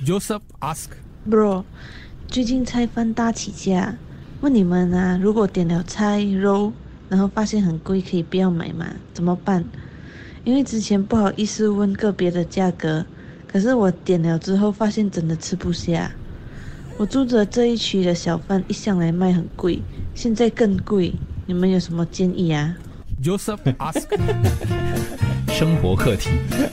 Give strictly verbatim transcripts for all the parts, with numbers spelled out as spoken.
Joseph ask Bro, 最近菜饭大起价，问你们啊，如果点了菜肉，然后发现很贵，可以不要买吗？怎么办？因为之前不好意思问个别的价格，可是我点了之后发现真的吃不下。我住着这一区的小贩一向来卖很贵，现在更贵，你们有什么建议啊？ Joseph ask 生活课题。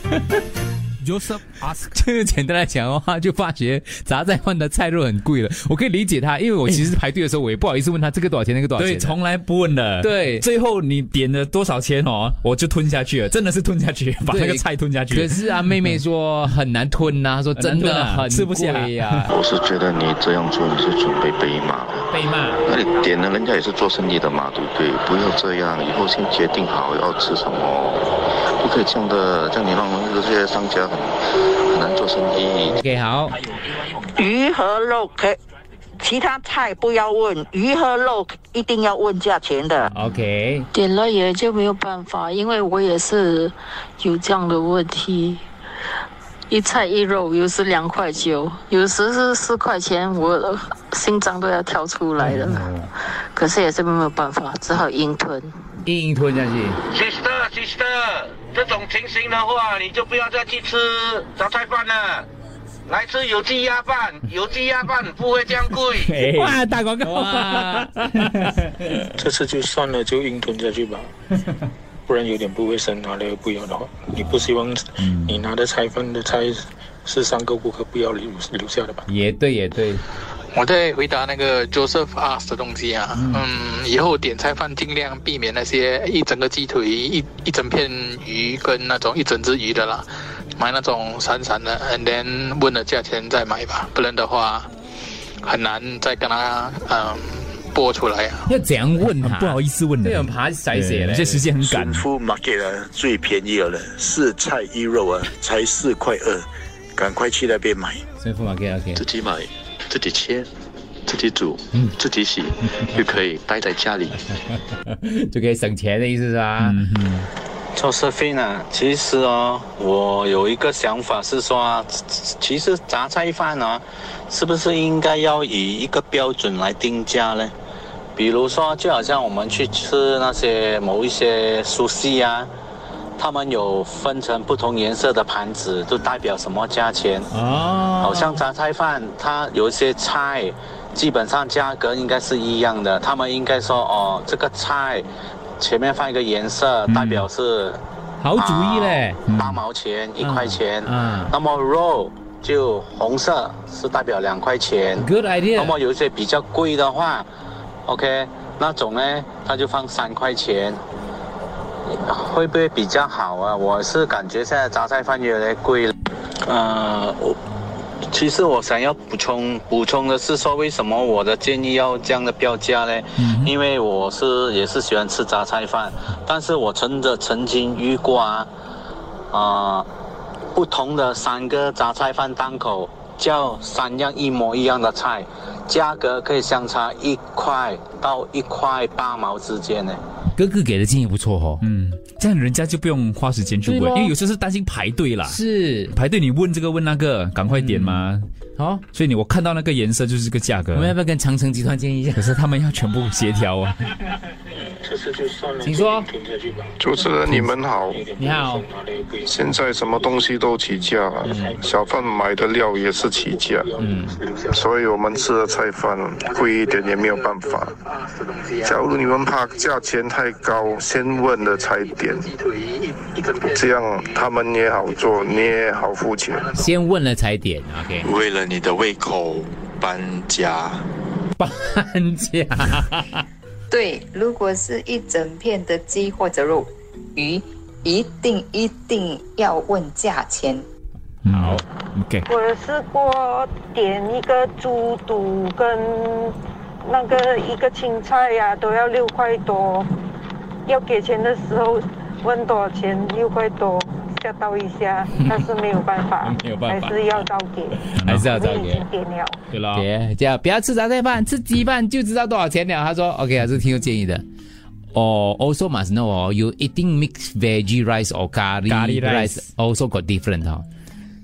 Joseph ask 这个简单来讲的话，就发觉杂菜饭的菜肉很贵了。我可以理解他，因为我其实排队的时候，我也不好意思问他这个多少钱，那个多少钱。 对，从来不问的。 对， 最后你点了多少钱哦，我就吞下去了，真的是吞下去，把那个菜吞下去。 可是啊，妹妹说很难吞呐、啊，她说真的很吃不下呀。 我是觉得你这样做你是准备被骂的。 被骂？ 那你点了，人家也是做生意的嘛，对不对？不要这样，以后先决定好要吃什么，不可以这样的，这样你让这些商家很很难做生意。 OK， 好。 鱼和肉可以，其他菜不要问，鱼和肉一定要问价钱的。 OK， 点了也就没有办法，因为我也是有这样的问题。一菜一肉，有时两块九，有时是四块钱，我心脏都要跳出来了。嗯、可是也是没有办法，只好硬吞， 硬硬吞下去。 Sister Sister， 这种情形的话，你就不要再去吃杂菜饭了。来吃有机鸭饭，有机鸭饭不会这样贵。 哇，打广告哇！ 这次就算了，就硬吞下去吧，不然有点不卫生。拿了又不要的话，你不希望你拿的菜饭的菜是三个顾客不要留留下的吧？ 也对，也对。 我在回答那个 Joseph ask 的东西啊，嗯，嗯以后点菜饭尽量避免那些一整个鸡腿、一一整片鱼跟那种一整只鱼的啦。买那种散散的 and then 问了价钱再买吧，不然的话很难再跟他嗯播出来啊。 要怎样问他？ 不好意思问的， 对，很怕塞写嘞。 这时间很赶。 Full Market 啊，最便宜了，四菜一肉啊，才四块二，赶快去那边买。 Full Market OK， 自己买，自己切，自己煮，嗯，自己洗，就可以待在家里， 就可以省钱的意思是吧？嗯哼。 Josephine 啊，其实哦，我有一个想法是说，其实杂菜饭啊，是不是应该要以一个标准来定价呢？比如说，就好像我们去吃那些某一些寿司啊，他们有分成不同颜色的盘子，都代表什么价钱？哦，好像杂菜饭，它有一些菜，基本上价格应该是一样的，他们应该说哦，这个菜。前面放一个颜色，代表是、 嗯、好主意嘞， 八、呃、毛钱、一、嗯、块钱。 嗯， 那么肉就红色是代表两块钱。 Good idea。 那么有一些比较贵的话 ，OK， 那种呢，它就放三块钱，会不会比较好啊？我是感觉现在杂菜饭越来越贵了。呃，我。其实我想要补充补充的是说，为什么我的建议要这样的标价呢？嗯、因为我是也是喜欢吃杂菜饭，但是我真的曾经遇过啊，啊、呃，不同的三个杂菜饭档口叫三样一模一样的菜，价格可以相差一块到一块八毛之间呢。 哥哥给的建议不错哦， 嗯，这样人家就不用花时间去问，因为有时候是担心排队啦。 是排队，你问这个问那个，赶快点嘛。 好、嗯， 所以你我看到那个颜色就是这个价格。 我们要不要跟长城集团建议一下？ 可是他们要全部协调啊。 这次就算了， 请说。 主持人你们好， 你好。 现在什么东西都起价，嗯、小贩买的料也是起价，嗯，所以我们吃的菜饭贵一点也没有办法。假如你们怕价钱太高，先问了才点，这样他们也好做，你也好付钱。 先问了才点 ，OK。 为了你的胃口搬家， 搬家。 对，如果是一整片的鸡或者肉、鱼，一定一定要问价钱。 好 ，OK。 我试过点一个猪肚跟那个一个青菜呀、啊，都要六块多。要给钱的时候问多少钱，六块多，吓到一下，但是没有办法， 没有办法， 还是要照给， 还是要照给。 点了， 对了，对，这样不要吃杂菜饭，吃鸡饭就知道多少钱了。他说 ，OK 啊，这是挺有建议的。哦、oh, ，also must know 哦 ，you eating mixed veggie rice or curry, curry rice, rice also got different 哈、哦。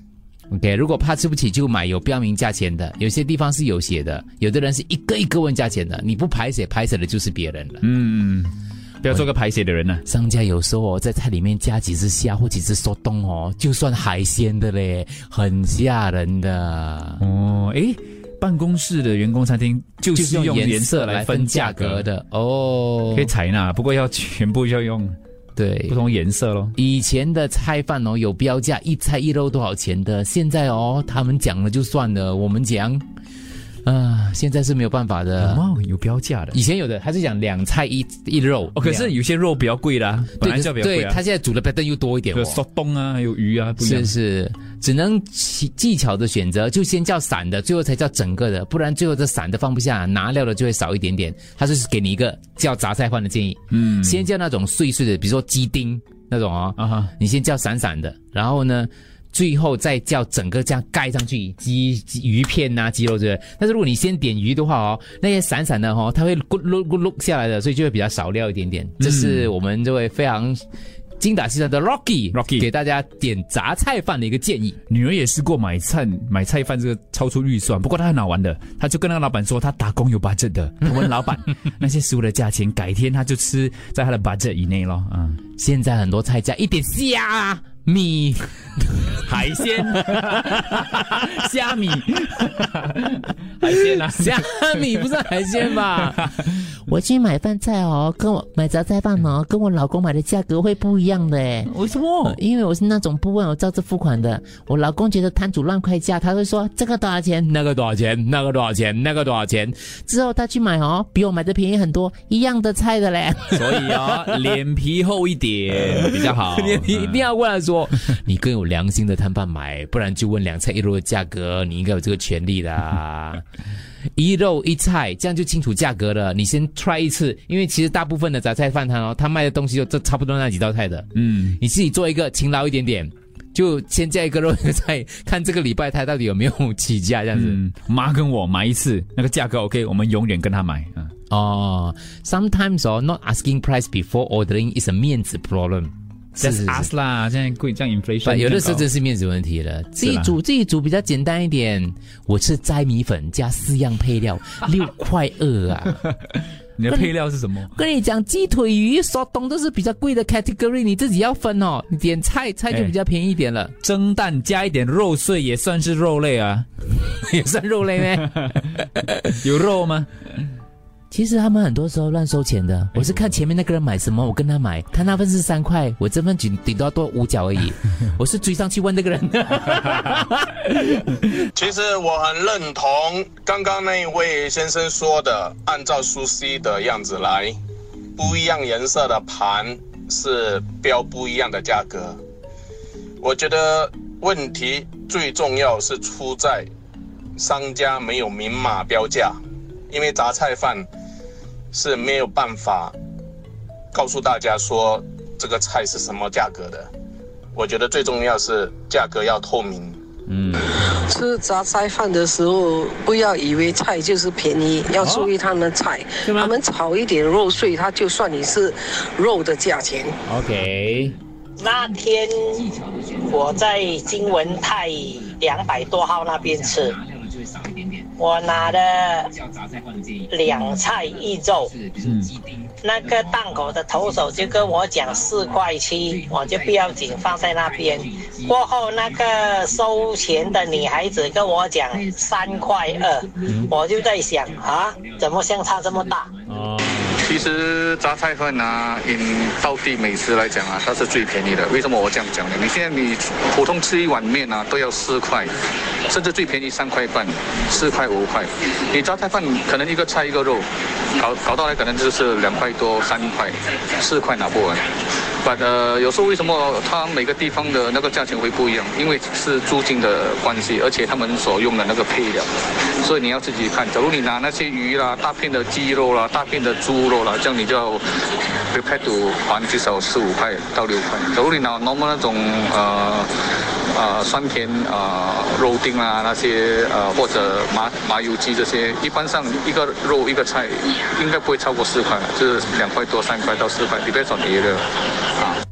OK， 如果怕吃不起就买有标明价钱的，有些地方是有写的，有的人是一个一个问价钱的，你不排写，排写的就是别人了。 嗯，不要做个排写的人呢、啊。 商家有时候、哦、在菜里面加几只虾或几只速冻哦，就算海鲜的嘞，很吓人的。 哦，诶，办公室的员工餐厅就是用颜色来分价格的哦， 可以采纳，不过要全部要用。 对， 不同颜色咯。 以前的菜饭哦有标价，一菜一肉多少钱的，现在哦他们讲了就算了，我们讲啊、呃，现在是没有办法的。 哦，有标价的。 以前有的，他是讲两菜一一肉。 哦，可是有些肉比较贵啦，本来就比较贵啊。 对，他现在煮的pattern又多一点哦。 有速冻啊，还有鱼啊，不一样。 是是，只能技巧的选择，就先叫散的，最后才叫整个的，不然最后这散的放不下，拿料的就会少一点点。他就是给你一个叫杂菜饭的建议，嗯，先叫那种碎碎的，比如说鸡丁那种哦，啊哈，你先叫散散的，然后呢。最后再叫整个这样盖上去，鸡鱼片啊，鸡肉之类的。但是如果你先点鱼的话哦，那些散散的哦，它会咕噜咕噜下来的，所以就会比较少料一点点。这是我们这位非常精打细算的 Rocky Rocky 给大家点杂菜饭的一个建议。 女儿也试过买菜买菜饭，这个超出预算，不过她很好玩的，她就跟那个老板说她打工有 budget 的，她问老板那些食物的价钱，改天她就吃在她的 budget 以内咯。嗯， 现在很多菜价一点虾米海鲜虾米海鲜啊， 虾米不是海鲜吧？我去买饭菜哦，跟我买杂菜饭哦，跟我老公买的价格会不一样的诶。 为什么？ 因为我是那种不问我照着付款的。我老公觉得摊主乱开价，他会说这个多少钱，那个多少钱，那个多少钱，那个多少钱。之后他去买哦，比我买的便宜很多，一样的菜的嘞。 所以哦，脸皮厚一点比较好。 脸皮一定要过来说，你更有良心的摊贩买，不然就问两菜一肉的价格，你应该有这个权利的。一肉一菜，这样就清楚价格了。你先 try 一次，因为其实大部分的杂菜饭摊哦，他卖的东西就这差不多那几道菜的。嗯，你自己做一个勤劳一点点，就先加一个肉一个菜，看这个礼拜他到底有没有起价这样子。 嗯，妈跟我买一次，那个价格 OK， 我们永远跟他买。嗯， 哦 ，sometimes 哦 ，not asking price before ordering is a 面子 problem。 Just ask 啦，现在贵，这样 inflation， 有的时候真是面子问题了。自己煮自己煮比较简单一点。我吃斋米粉加四样配料，六块二啊！ 你的配料是什么？ 跟你讲，鸡腿、鱼、速冻都是比较贵的 category， 你自己要分哦。你点菜，菜就比较便宜一点了。 蒸蛋加一点肉碎也算是肉类啊， 也算肉类咩？ 有肉吗？ 其实他们很多时候乱收钱的，我是看前面那个人买什么，我跟他买，他那份是三块，我这份顶顶多要多五角而已，我是追上去问那个人。 其实我很认同刚刚那一位先生说的，按照苏西的样子来，不一样颜色的盘是标不一样的价格。我觉得问题最重要是出在商家没有明码标价，因为杂菜饭是没有办法告诉大家说这个菜是什么价格的。我觉得最重要是价格要透明。 嗯，吃杂菜饭的时候不要以为菜就是便宜，要注意他们菜，哦、他们炒一点肉碎，他就算你是肉的价钱。 OK， 那天我在金文泰两百多号那边吃，我拿了两菜一肉，嗯，那个档口的头手就跟我讲四块七，我就不要紧放在那边。过后那个收钱的女孩子跟我讲三块二，我就在想啊，怎么相差这么大？ 哦，其实杂菜饭啊，以道地美食来讲啊，它是最便宜的。为什么我这样讲呢？你现在你普通吃一碗面啊，都要四块，甚至最便宜三块半，四块五块。你杂菜饭可能一个菜一个肉，搞搞到来可能就是两块多三块，四块拿不完。But 呃，有时候为什么它每个地方的那个价钱会不一样？因为是租金的关系，而且他们所用的那个配料，所以你要自己看。假如你拿那些鱼啦、大片的鸡肉啦、大片的猪肉啦，这样你就要 prepare to 还至少四五块到六块。假如你拿 normal 那种呃呃酸甜呃肉丁啦那些呃或者麻麻油鸡这些，一般上一个肉一个菜应该不会超过四块，就是两块多三块到四块 ，depends on the area。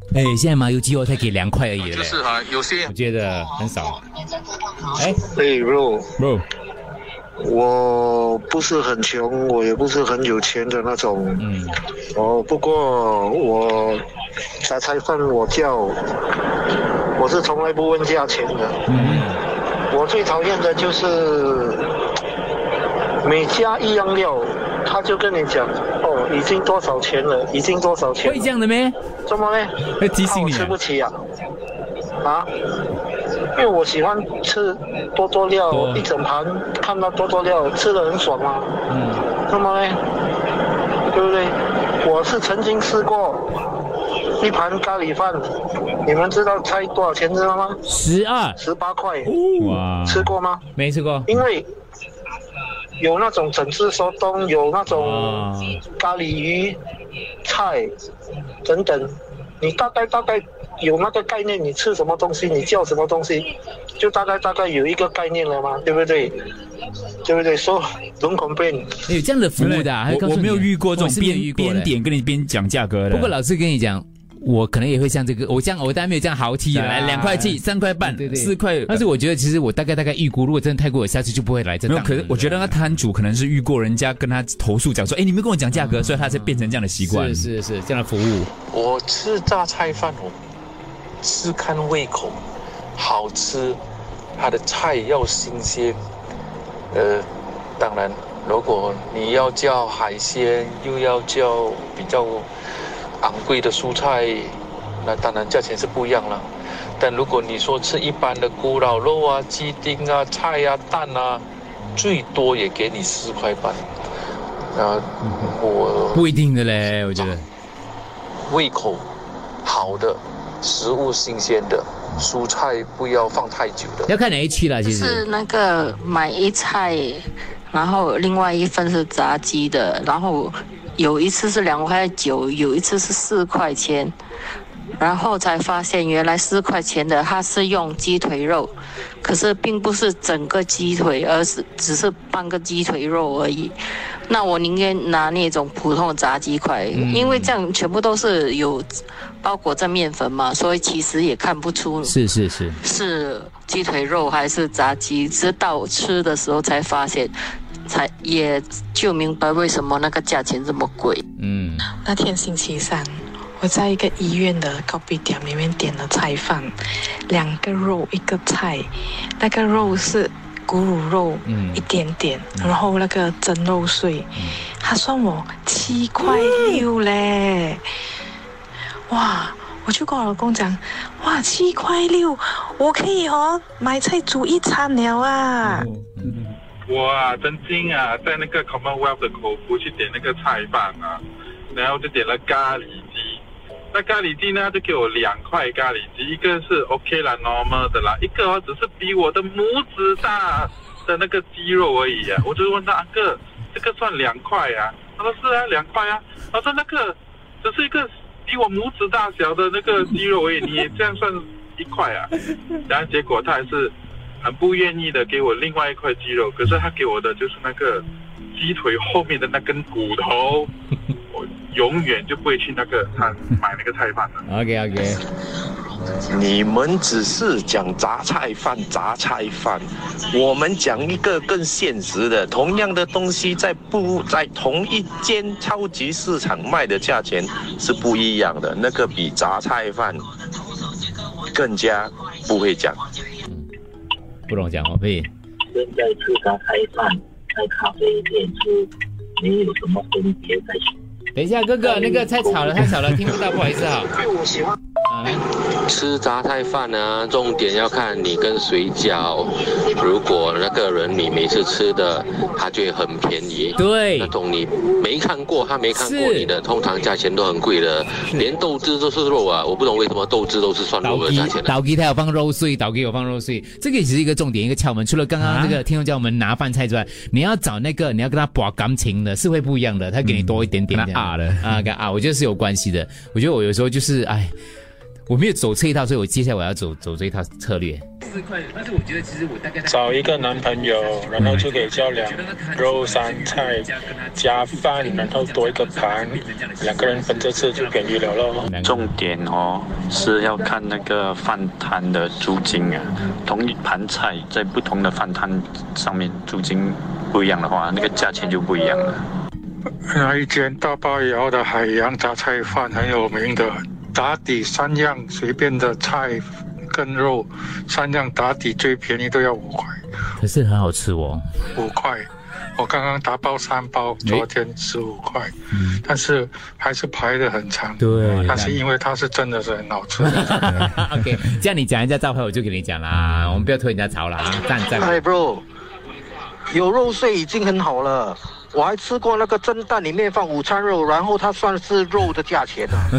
哎，现在麻油鸡肉才给两块而已嘞， 就是哈、啊，有些我觉得很少。哎， 哎 ，bro bro， 我不是很穷，我也不是很有钱的那种。嗯。哦，不过我杂菜饭我叫，我是从来不问价钱的。嗯。我最讨厌的就是每加一样料，他就跟你讲，哦，已经多少钱了，已经多少钱了。 会这样的咩？ 怎么呢？ 会提醒你、啊？ 吃不起啊？啊？因为我喜欢吃多多料，多一整盘看到多多料，吃得很爽啊。嗯。那么呢？对不对？我是曾经试过一盘咖喱饭，你们知道猜多少钱知道吗？ 十二。 十八块。 哇。 吃过吗？ 没吃过。 因为有那种整只手冬，有那种咖喱鱼、菜等等，你大概大概有那个概念，你吃什么东西，你叫什么东西，就大概大概有一个概念了嘛，对不对？对不对？说don't complain。 有这样的服务的、啊， 我我没有遇过这种边边点跟你边讲价格的。 不过老师跟你讲。我可能也会像这个，我这样，我当然没有这样豪气来两块七、三块半、 对对四块。 但是我觉得，其实我大概大概预估，如果真的太过，我下次就不会来这档。 没有，可是我觉得那摊主可能是遇过人家跟他投诉讲说，哎，你没跟我讲价格，嗯、所以他才变成这样的习惯。 是是是，这样的服务。 我吃榨菜饭，我是看胃口，好吃，它的菜要新鲜。呃，当然，如果你要叫海鲜，又要叫比较昂贵的蔬菜，那当然价钱是不一样了。但如果你说吃一般的咕老肉啊、鸡丁啊、菜啊、蛋啊，最多也给你四块半。啊，我不一定的嘞，我觉得。 胃口好的，食物新鲜的，蔬菜不要放太久的。 要看哪一区啦，其实。 是那个买一菜，然后另外一份是炸鸡的，然后。有一次是两块九，有一次是四块钱，然后才发现原来四块钱的它是用鸡腿肉，可是并不是整个鸡腿，而是只是半个鸡腿肉而已。那我宁愿拿那种普通的炸鸡块，嗯、因为这样全部都是有包裹在面粉嘛，所以其实也看不出是是是是鸡腿肉还是炸鸡，直到吃的时候才发现。才也就明白为什么那个价钱这么贵。 嗯， 那天星期三，我在一个医院的咖啡店里面点了菜饭，两个肉一个菜，那个肉是咕噜肉，嗯，一点点，嗯、然后那个蒸肉碎，嗯、他算我七块六嘞，哇！我就跟我老公讲，哇，七块六，我可以哦买菜煮一餐了啊。嗯嗯我啊，曾经啊，在那个 Commonwealth 的口福去点那个菜饭啊，然后就点了咖喱鸡。那咖喱鸡呢，就给我两块咖喱鸡，一个是 OK 啦 normal 的啦，一个哦只是比我的拇指大的那个鸡肉而已啊。我就问他，阿哥，这个算两块啊？他说是啊，两块啊。他说那个只是一个比我拇指大小的那个鸡肉而已，你也这样算一块啊？然后结果他还是。很不愿意的给我另外一块鸡肉，可是他给我的就是那个鸡腿后面的那根骨头，我永远就不会去那个他买那个菜饭了。 OK OK， 你们只是讲杂菜饭，杂菜饭，我们讲一个更现实的，同样的东西在不在同一间超级市场卖的价钱是不一样的，那个比杂菜饭更加不会讲。 不懂讲话屁。 现在吃杂菜饭，在咖啡店吃，没有什么分别在。 等一下，哥哥，那个太吵了，太吵了，听不到，不好意思啊。 我喜欢。 吃杂菜饭呢，重点要看你跟谁叫。如果那个人你每次吃的，他就会很便宜。 对， 那种你没看过，他没看过你的，通常价钱都很贵的。连豆汁都是肉啊，我不懂为什么豆汁都是算肉的价钱。 倒鸡它有放肉碎，倒鸡有放肉碎，这个也是一个重点，一个窍门。除了刚刚这个听众叫我们拿饭菜之外，你要找那个你要跟他把感情的，是会不一样的，他给你多一点点这样。 啊的啊，跟啊，我觉得是有关系的。我觉得我有时候就是哎。我没有走这一套，所以我接下来我要走走这一套策略。 找一个男朋友，然后就可以叫两肉三菜加饭，然后多一个盘，两个人分着吃就便宜了咯。 重点哦是要看那个饭摊的租金啊，同一盘菜在不同的饭摊上面租金不一样的话，那个价钱就不一样了。 那一间大巴窑的海洋杂菜饭很有名的，打底三样随便的菜跟肉，三样打底最便宜都要五块。 可是很好吃哦。 五块，我刚刚打包三包，昨天十五块，嗯，但是还是排得很长。 对， 但是因为它是真的是很好吃。 OK， 这样你讲人家招牌，我就给你讲啦，我们不要拖人家槽啦。赞赞。 嗨 ，bro， 有肉碎已经很好了。我还吃过那个蒸蛋里面放午餐肉，然后它算是肉的价钱啊。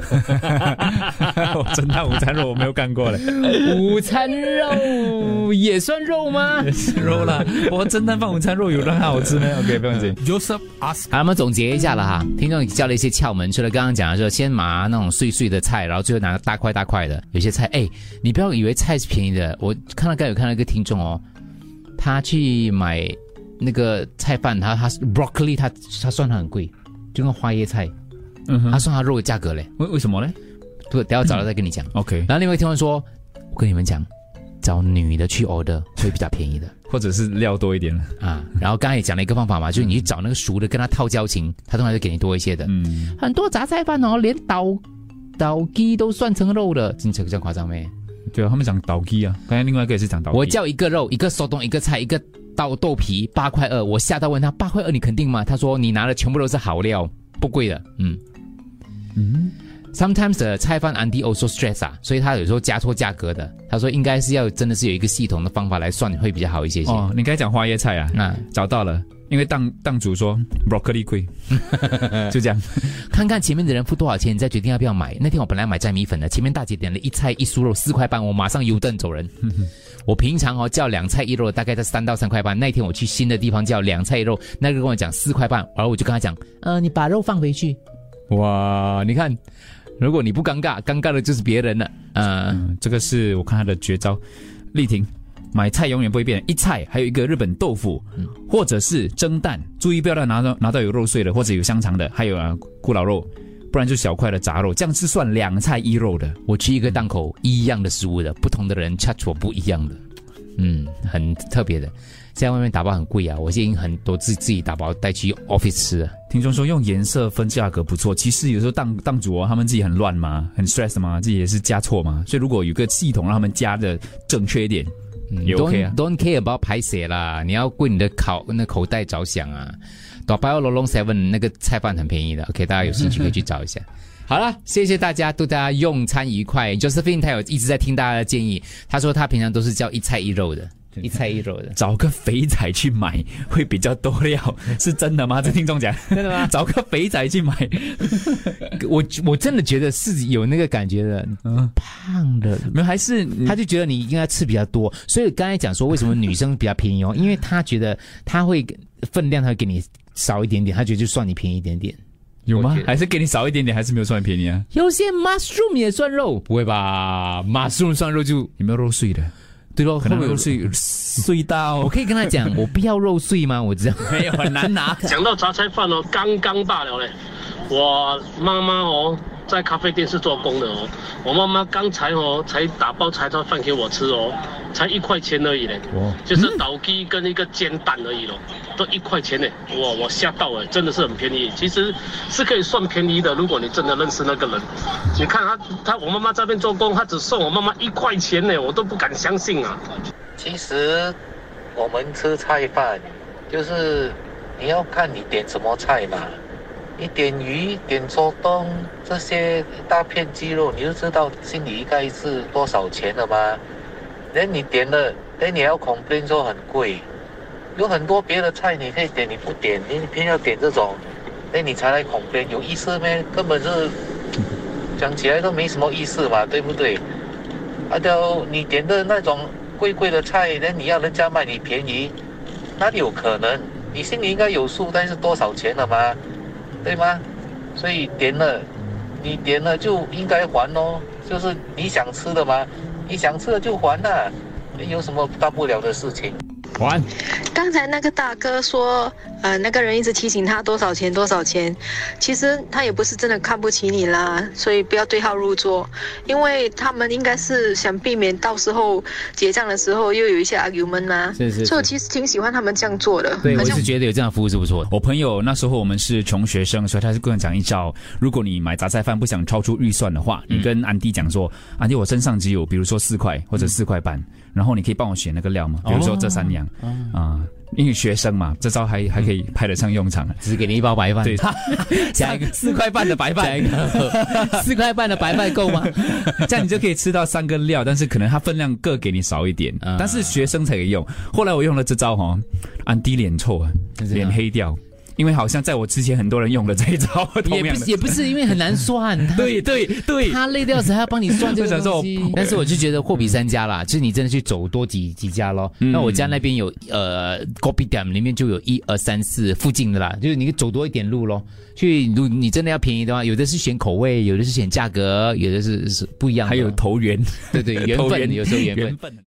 蒸蛋午餐肉我没有干过嘞。 午餐肉也算肉吗？ 也是肉啦。我蒸蛋放午餐肉有让它好吃吗 ？OK， 不用紧。 Joseph ask， 好，我们总结一下了哈。听众教了一些窍门，除了刚刚讲的说，先拿那种碎碎的菜，然后最后拿大块大块的。有些菜，哎，你不要以为菜是便宜的。我看到刚有看到一个听众哦，他去买那个菜饭，他他 broccoli 他他算它很贵，就跟花椰菜，嗯哼，他算它肉的价格嘞。 为为什么嘞？ 不，等一下找了再跟你讲。 OK。 然后另外听众说，我跟你们讲，找女的去 order 会比较便宜的， 或者是料多一点啊。然后刚才也讲了一个方法嘛，就是你去找那个熟的，跟他套交情，他通常就给你多一些的。嗯，很多杂菜饭哦，连倒倒鸡都算成肉的，真这个这样夸张没？ 对啊，他们讲倒鸡啊，刚才另外一个也是讲倒鸡。 我叫一个肉，一个手动，一个菜，一个豆豆皮，八块二。我吓到问他八块二，你肯定吗？他说你拿的全部都是好料，不贵的。嗯嗯。Sometimes the 菜饭 auntie also stress 啊，所以他有时候加错价格的。他说应该是要真的是有一个系统的方法来算会比较好一些些。 哦，你刚才讲花椰菜啊，啊，找到了。因为档档主说 broccoli 贵，就这样。 看看前面的人付多少钱，你再决定要不要买。那天我本来买斋米粉的，前面大姐点了一菜一酥肉四块半，我马上 U turn走人。我平常哦叫两菜一肉，大概在三到三块半。那天我去新的地方叫两菜一肉，那个跟我讲四块半，然后我就跟他讲，呃，你把肉放回去。哇，你看，如果你不尴尬，尴尬的就是别人了。呃、 嗯，这个是我看他的绝招。丽婷。买菜永远不会变，一菜还有一个日本豆腐，嗯、或者是蒸蛋，注意不要让拿到拿到有肉碎的或者有香肠的，还有啊咕老肉，不然就小块的炸肉，这样是算两菜一肉的。 我去一个档口，一样的食物的，不同的人 charge 我不一样的，嗯，很特别的。现在外面打包很贵啊，我现在已经很多自自己打包带去 office 吃了。 听众说用颜色分价格不错，其实有时候档档主哦，他们自己很乱嘛，很 stress 嘛，自己也是加错嘛，所以如果有个系统让他们加的正确一点。 嗯、don't don't care about 排泄啦，你要为你的口那口袋着想啊。大包罗龙 seven 那个菜饭很便宜的 ，OK， 大家有兴趣可以去找一下。好了，谢谢大家，祝大家用餐愉快。Josephine 他有一直在听大家的建议，他说他平常都是叫一菜一肉的。一菜一肉的， 找个肥仔去买会比较多料，是真的吗？这听众讲真的吗？ 找个肥仔去买， 我我真的觉得是有那个感觉的，嗯，胖的没有，还是他就觉得你应该吃比较多，所以刚才讲说为什么女生比较便宜哦，因为他觉得他会分量他会给你少一点点，他觉得就算你便宜一点点。 有吗？还是给你少一点点，还是没有算便宜啊？ 有些 mushroom 也算肉，不会吧 ？mushroom 算肉就有没有肉碎的？ 对咯， 可能肉碎碎到， 我可以跟他讲，我不要肉碎吗？我知道没有很难拿。 讲到杂菜饭哦，刚刚罢了嘞。我妈妈哦，在咖啡店是做工的哦。我妈妈刚才哦，才打包菜菜饭给我吃哦，才一块钱而已嘞。哦，就是倒鸡跟一个煎蛋而已咯，都一块钱呢。哇，我吓到了，真的是很便宜。其实是可以算便宜的，如果你真的认识那个人。你看他，他我妈妈在那边做工，他只送我妈妈一块钱呢，我都不敢相信啊。 其实我们吃菜饭，就是你要看你点什么菜嘛。你点鱼、点周冬这些大片鸡肉，你就知道心里应该是多少钱了吗？然后你点了，然后你要 complain 说很贵，有很多别的菜你可以点，你不点，你偏要点这种，然后你才来 complain， 有意思咩？根本是讲起来都没什么意思嘛，对不对？啊，就你点的那种贵贵的菜，然后你要人家卖你便宜，哪里有可能？你心里应该有数，但是多少钱了吗？对吗？所以点了，你点了就应该还咯，就是你想吃的嘛，你想吃的就还啦， 有什么大不了的事情？ 完。 刚才那个大哥说，呃，那个人一直提醒他多少钱多少钱，其实他也不是真的看不起你啦，所以不要对号入座，因为他们应该是想避免到时候结账的时候又有一些 argument 嘛。 是是是， 所以我其实挺喜欢他们这样做的。 对，我是觉得有这样的服务是不错的。 我朋友那时候我们是穷学生，所以他是跟我讲一招，如果你买杂菜饭不想超出预算的话，你跟安迪讲说，安迪我身上只有比如说四块或者四块半，然后你可以帮我选那个料吗？比如说这三样啊。哦呃因为学生嘛，这招还还可以派得上用场， 只给你一包白饭， 对， 加一个四块半的白饭， 加一个四块半的白饭够吗？ 这样你就可以吃到三个料，但是可能它分量各给你少一点，嗯、但是学生才可以用。后来我用了这招哈，安迪脸臭啊，脸黑掉。因为好像在我之前很多人用了这一招， 也不是也不是因为很难算， 对对对， 他累掉时还要帮你算这个东西。但是我就觉得货比三家啦，就是你真的去走多几几家咯。嗯、那我家那边有呃 Kopitiam 里面就有一二三四附近的啦，就是你走多一点路咯。去如你真的要便宜的话，有的是选口味，有的是选价格，有的是是不一样的， 还有投缘， 对对，缘分有时候缘分。